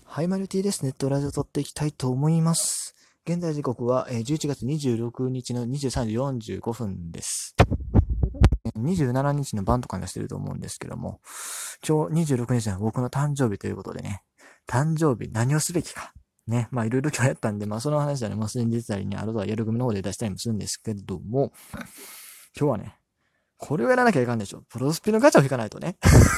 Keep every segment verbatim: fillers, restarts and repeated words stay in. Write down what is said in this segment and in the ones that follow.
はい、マルティです。ネットラジオ撮っていきたいと思います。現在時刻はじゅういちがつにじゅうろくにちのにじゅうさんじよんじゅうごふんです。にじゅうしちにちの晩とかに出してると思うんですけども、今日にじゅうろくにちは僕の誕生日ということでね、誕生日何をすべきか。ね、まあいろいろ今日やったんで、まあその話はね、もうすでに出てたりね、あるとはやる組の方で出したりもするんですけども、今日はね、これをやらなきゃいかんでしょ。プロスピのガチャを引かないとね。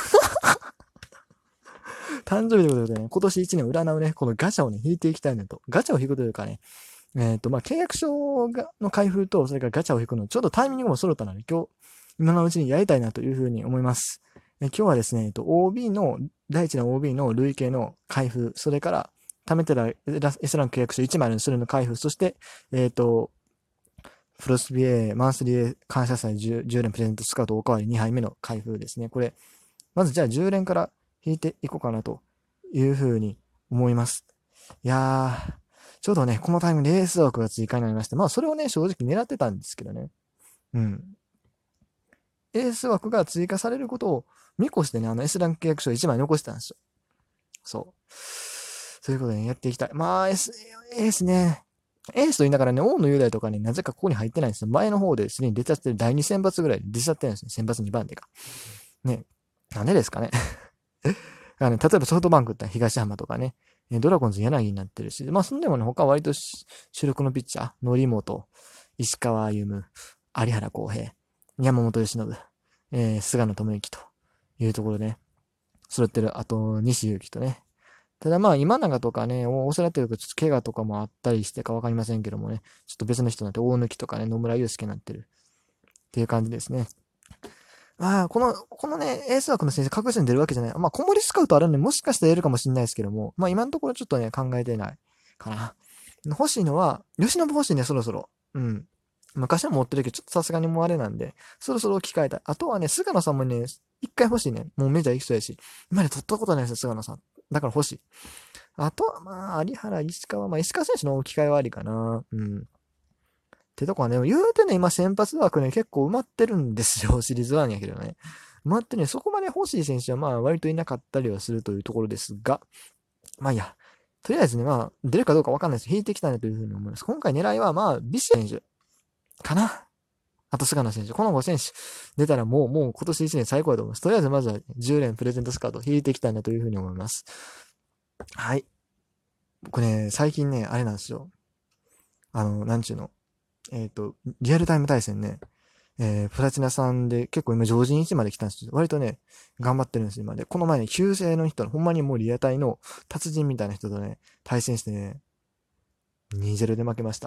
誕生日ということでね、今年いちねんを占うね、このガチャをね、引いていきたいのと、ガチャを引くというかね、えっ、ー、と、まあ、契約書がの開封と、それからガチャを引くの、ちょうどタイミングも揃ったので、今日、今のうちにやりたいなというふうに思います。え今日はですね、えっと、オービー の、第一の オービー の累計の開封、それから、貯めてた S ランク契約書いちまいのするの開封、そして、えっ、ー、と、プロスビエマンスリー感謝祭 10, じゅう連プレゼントスカウトおかわりにはいめの開封ですね。これ、まずじゃあじゅう連から引いていこうかなというふうに思います。いやー、ちょうどね、このタイムでレース枠が追加になりまして、まあそれをね、正直狙ってたんですけどね。うん。エース枠が追加されることを見越してね、あの S ランク契約書をいちまい残してたんですよ。そう。そういうことでね、やっていきたい。まあ、S、エースね。エースと言いながらね、王の雄大とかね、なぜかここに入ってないんですよ。前の方ですでに出ちゃってるだいに選抜ぐらいで出ちゃってるんですよ。選抜にばん手が。ね。なんでですかね。あの、ね、例えばソフトバンクって東浜とかね、ドラゴンズ柳になってるし、まあそんでもね、他は割と主力のピッチャー、則本、石川歩夢、有原康平、山本由伸、えー、菅野智之というところでね、揃ってる。あと、西勇輝とね。ただまあ、今永とかね、お世話になってるけど、ちょっと怪我とかもあったりしてかわかりませんけどもね、ちょっと別の人になって、大貫とかね、野村祐介になってるっていう感じですね。ああ、この、このね、エース枠の選手確実に出るわけじゃない。まあ、小森スカウトあるんで、もしかしたらやるかもしれないですけども、まあ、今のところちょっとね、考えてないかな。欲しいのは、吉信欲しいね、そろそろ。うん。昔は持ってるけど、ちょっとさすがにもうあれなんで、そろそろ置き換えたい。あとはね、菅野さんもね、一回欲しいね。もうメジャー行きそうやし。今まで取ったことないですよ、菅野さん。だから欲しい。あとは、まあ、有原、石川、まあ、石川選手の置き換えはありかな。うん。ってとこはね、言うてね、今先発枠ね、結構埋まってるんですよ、シリーズワンやけどね。埋まってね、そこまで欲しい選手はまあ割といなかったりはするというところですが、まあいいや、とりあえずね、まあ出るかどうかわかんないです。引いてきたねというふうに思います。今回狙いはまあ、ビシ選手かな。あと菅野選手。このご選手出たらもう、もう今年いちねん最高だと思います。とりあえずまずはじゅう連プレゼントスカート引いてきたいなというふうに思います。はい。僕ね、最近ね、あれなんですよ。あの、なんちゅうの。えっ、ー、と、リアルタイム対戦ね、えー、プラチナさんで結構今常人いちまで来たんですよ。割とね、頑張ってるんですよ、今で。この前ね、旧姓の人の、ほんまにもうリアタイの達人みたいな人とね、対戦してね、にたいゼロで負けました。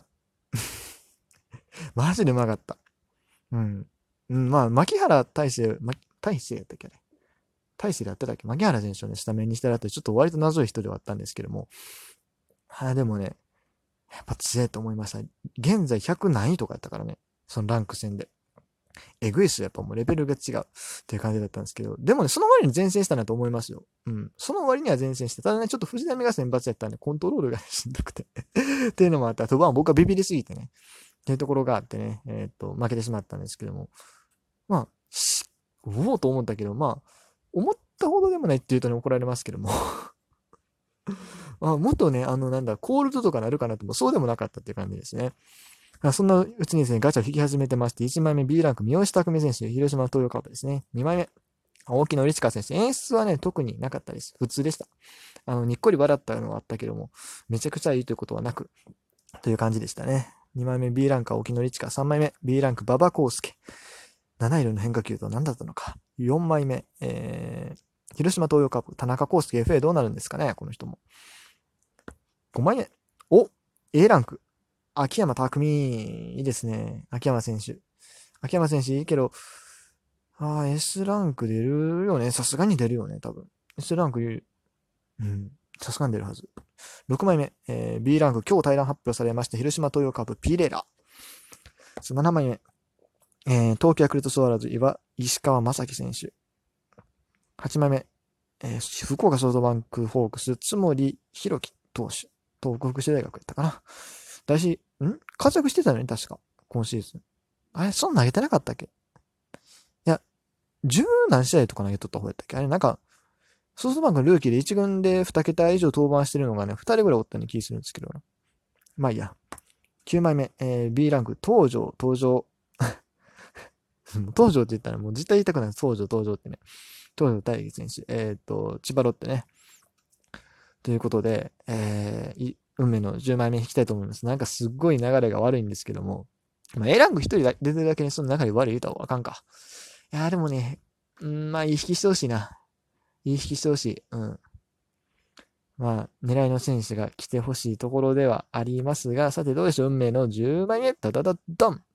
マジでうまかった。うん。うん、まあ、牧原大成、ま、大成やったっけね。大成でやってたっけ牧原選手をね、スタメンにしてらって、ちょっと割と謎い人ではあったんですけども。あでもね、やっぱ強いと思いました。現在ひゃく何位とかやったからね。そのランク戦で。えぐいっすよ。やっぱもうレベルが違うっていう感じだったんですけど、でもね、その割に前線したなと思いますよ。うん。その割には前線して、ただね、ちょっと藤波が先発やったんで、コントロールがしんどくてっていうのもあった。とば僕はビビりすぎてね、っていうところがあってね、えー、っと、負けてしまったんですけども、まあ、し、おおと思ったけど、まあ、思ったほどでもないって言うとね、怒られますけどもあ、もっとね、あの、なんだ、コールドとかなるかなとも、そうでもなかったっていう感じですね。そんなうちにですね、ガチャを引き始めてまして、いちまいめ B ランク、三好拓実選手、広島東洋カープですね。にまいめ、大木の市川選手。演出はね、特になかったです。普通でした。あの、にっこり笑ったのはあったけども、めちゃくちゃいいということはなく、という感じでしたね。にまいめ B ランクは大木の市川。さんまいめ B ランク、馬場康介。なな色の変化球とは何だったのか。よんまいめ、えー、広島東洋カープ、田中康介 エフエー どうなるんですかね、この人も。ごまいめ、お A ランク、秋山匠、いいですね。秋山選手。秋山選手いいけど、ああ、S ランク出るよね。さすがに出るよね、多分。S ランク出る。うん。さすがに出るはず。ろくまいめ、えー、B ランク、今日対談発表されました、広島東洋カープ、ピレラ。ななまいめ、えー、東京ヤクルトスワローズ、岩、石川正樹選手。はちまいめ、えー、福岡ソフトバンクホークス、津森弘樹投手。東北福祉大学やったかな。大し、ん活躍してたよね、確か。今シーズン。あれ、そんな投げてなかったっけいや、十何試合とか投げとった方やったっけあれ、なんか、 ソフトバンクのルーキーでいち軍でに桁以上登板してるのがね、ふたりぐらいおったような気するんですけど。まあいいや。きゅうまいめ、えー、B ランク、東條、東條。東條って言ったらもう絶対言いたくない。東條、東條ってね。東條大輝選手。えっ、ー、と、千葉ロッテね。ということで、えー、運命のじゅうまいめ引きたいと思います。なんかすっごい流れが悪いんですけども。まあ、A ランクひとり出てるだけにその流れ悪い言うたらあかんか。いやーでもね、うん、まあいい引きしてほしいな。いい引きしてほしい。うん。まあ、狙いの選手が来てほしいところではありますが、さてどうでしょう、運命のじゅうまいめ、ダダダドン。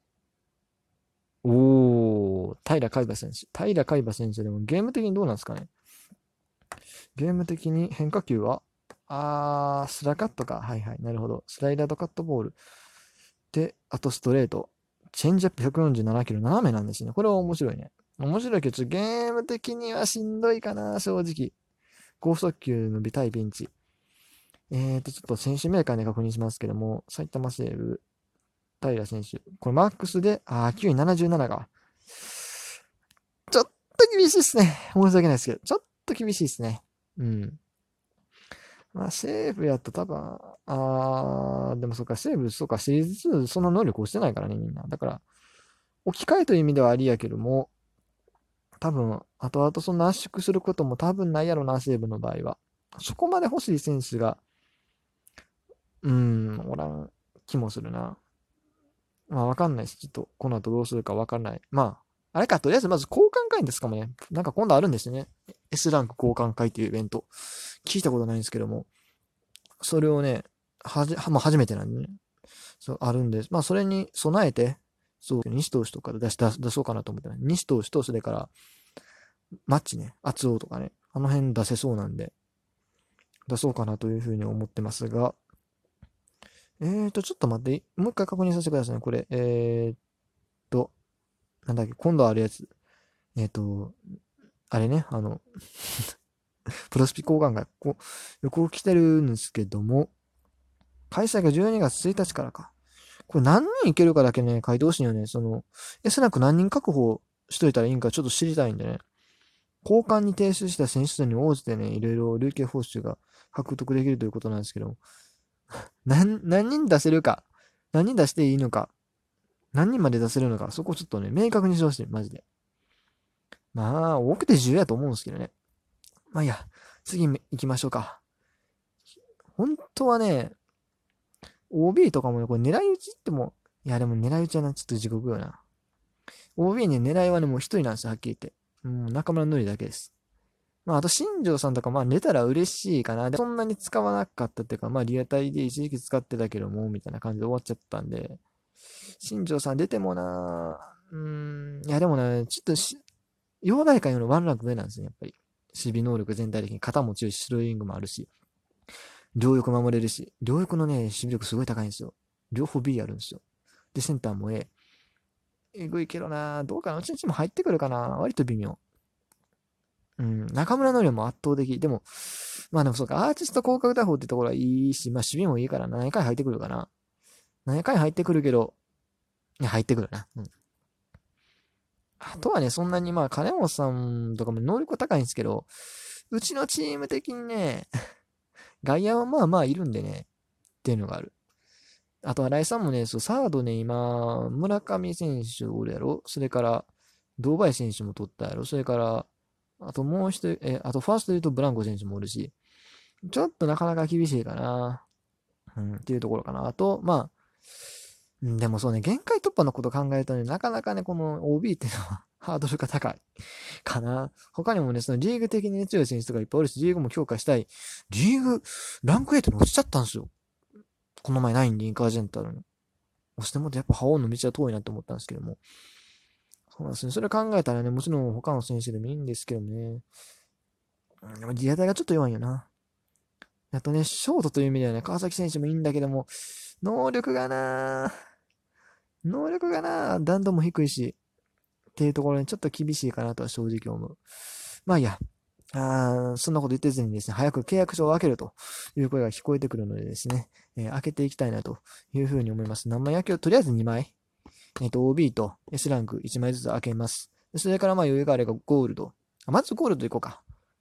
おー、平海馬選手。平海馬選手でもゲーム的にどうなんですかね。ゲーム的に変化球はあー、スラカットか。はいはい。なるほど。スライダーとカットボール。で、あとストレート。チェンジアップひゃくよんじゅうななキロ斜めなんですね。これは面白いね。面白いけど、ちょっとゲーム的にはしんどいかな、正直。高速球の微対ピンチ。えーと、ちょっと選手メーカーで確認しますけども、埼玉西武、平選手。これマックスで、あー、きゅういななじゅうななが。ちょっと厳しいっすね。申し訳ないですけど、ちょっと厳しいっすね。うん。まあ、西武やと多分、あー、でもそっか、西武、そうか、シリーズツーそんな能力をしてないからね、みんな。だから、置き換えという意味ではありやけども、多分、後々そんな圧縮することも多分ないやろな、西武の場合は。そこまで欲しい選手が、うーん、おらん気もするな。まあ、わかんないです。ちょっと、この後どうするかわかんない。まあ、あれか、とりあえずまず交換会ですかもね。なんか今度あるんですよね。S ランク交換会っていうイベント。聞いたことないんですけども、それをね、はじ、まあ、初めてなんでね。そう、あるんです。まあ、それに備えて、そう、西投手とかで出し、出出そうかなと思ってね。西投手と、それから、マッチね、厚尾とかね、あの辺出せそうなんで、出そうかなというふうに思ってますが、えーと、ちょっと待って、もう一回確認させてくださいね。これ、えーと、なんだっけ、今度あるやつ。えーと、あれね、あの、プロスピ交換会、こう、よく来てるんですけども、開催がじゅうにがつついたちからか。これ何人いけるかだけね、書いてほしいよね。その、S ランク何人確保しといたらいいんかちょっと知りたいんでね。交換に提出した選手数に応じてね、いろいろ累計報酬が獲得できるということなんですけども、何、何人出せるか、何人出していいのか、何人まで出せるのか、そこちょっとね、明確にしてほしい、マジで。まあ、多くてじゅうやと思うんですけどね。まあいいや、次行きましょうか。本当はね、オービー とかもね、これ狙い撃ちっても、いやでも狙い撃ちはな、ちょっと地獄よな。オービー ね、狙いはね、もう一人なんですよ、はっきり言って。もう中村のりだけです。まあ、あと、新庄さんとか、まあ、出たら嬉しいかな。で、そんなに使わなかったっていうか、まあ、リアタイで一時期使ってたけども、みたいな感じで終わっちゃったんで、新庄さん出てもな、うーん、いや、でもね、ちょっとし、陽大会よりワンランク上なんですね、やっぱり。守備能力全体的に肩も強いし、スローイングもあるし、両翼守れるし、両翼のね、守備力すごい高いんですよ。両方 B あるんですよ。で、センターも A。えぐいけどな、どうかな、うちのチーム入ってくるかな、割と微妙。うん、中村のりも圧倒的。でも、まあでもそうか、アーティスト広角打法ってところはいいし、まあ守備もいいから何回入ってくるかな。何回入ってくるけど、いや、入ってくるな。うん。あとはね、そんなにまあ、金本さんとかも能力高いんですけど、うちのチーム的にね、外野はまあまあいるんでね、っていうのがある。あと、新井さんもね、そう、サードね、今、村上選手おるやろ。それから、堂林選手も取ったやろ。それから、あともう一人、え、あとファーストで言うとブランコ選手もおるし、ちょっとなかなか厳しいかな。うん、っていうところかな。あと、まあ、うん、でもそうね、限界突破のこと考えるとね、なかなかね、この オービー っていうのはハードルが高いかな。他にもね、そのリーグ的に強い選手とかいっぱいおるし、リーグも強化したい。リーグ、ランクエイトに落ちちゃったんですよ。この前ナインリンカージェンタルに。押してもってやっぱ覇王の道は遠いなって思ったんですけども。そうなんですね。それ考えたらね、もちろん他の選手でもいいんですけどね。うん、でも自衛隊がちょっと弱いよな。あとね、ショートという意味ではね、川崎選手もいいんだけども、能力がな能力がな弾道も低いし、っていうところにちょっと厳しいかなとは正直思う。まあいいや。あーそんなこと言ってずにですね、早く契約書を開けるという声が聞こえてくるのでですね、えー開けていきたいなというふうに思います。何枚焼きをとりあえずにまい、えっ、と、オービー と S ランクいちまいずつ開けます。それからまあ余裕があればゴールド。あまずゴールドいこうか。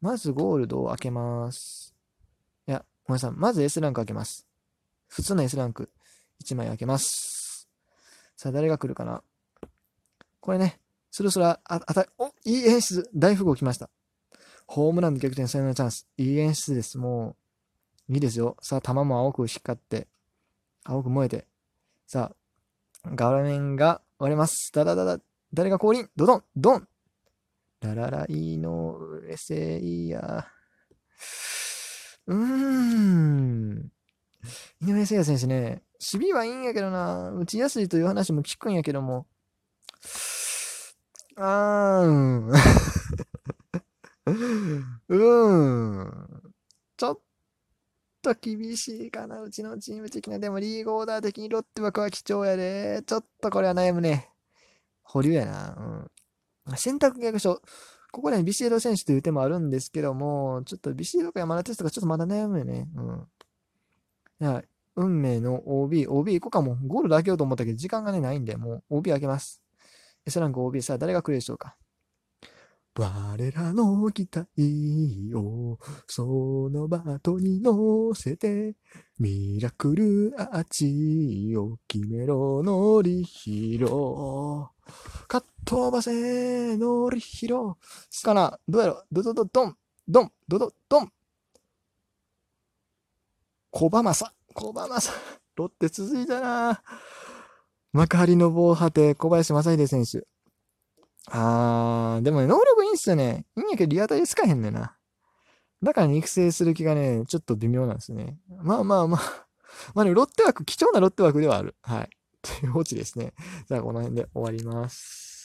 まずゴールドを開けます。いや、ごめんなさい。まず S ランク開けます。普通の S ランクいちまい開けます。さあ、誰が来るかな。これね、スルスルあ、あた、お、いい演出。大富豪来ました。ホームランで逆転サヨナラチャンス。いい演出です。もう、いいですよ。さあ、球も青く光って、青く燃えて。さあ、画面が割れます。だだだだ。誰が降臨ドドンドンララライの上せいや。うーん。井上聖也選手ね、守備はいいんやけどな、打ちやすいという話も聞くんやけども、あーん。うーん。ちょっと厳しいかな、うちのチーム的な。でもリーグオーダー的にロッテ枠は貴重やで。ちょっとこれは悩むね。保留やな。うん。選択逆所。ここでビシエド選手という手もあるんですけども、ちょっとビシエドか山田テストがちょっとまだ悩むよね。うん。いや、運命の オービー、オービー 行こうかも。ゴールで開けようと思ったけど、時間がね、ないんで、もう オービー 開けます。S ランク オービー、さあ、誰が来るでしょうか。我らの期待をそのバトに乗せて、ミラクルアーチを決めろのりひろ。かっ飛ばせのりひろ。かなどうやろドドドドンドンドドドン小バマサ小バマサロッテ続いたな。幕張の防波堤小林正秀選手。あー、でもね、能力いいんすよね。いいんやけどリアタイつかへんねんな。だからね、育成する気がね、ちょっと微妙なんですね。まあまあまあ。まあね、ロッテ枠、貴重なロッテ枠ではある。はい。というオチですね。じゃあ、この辺で終わります。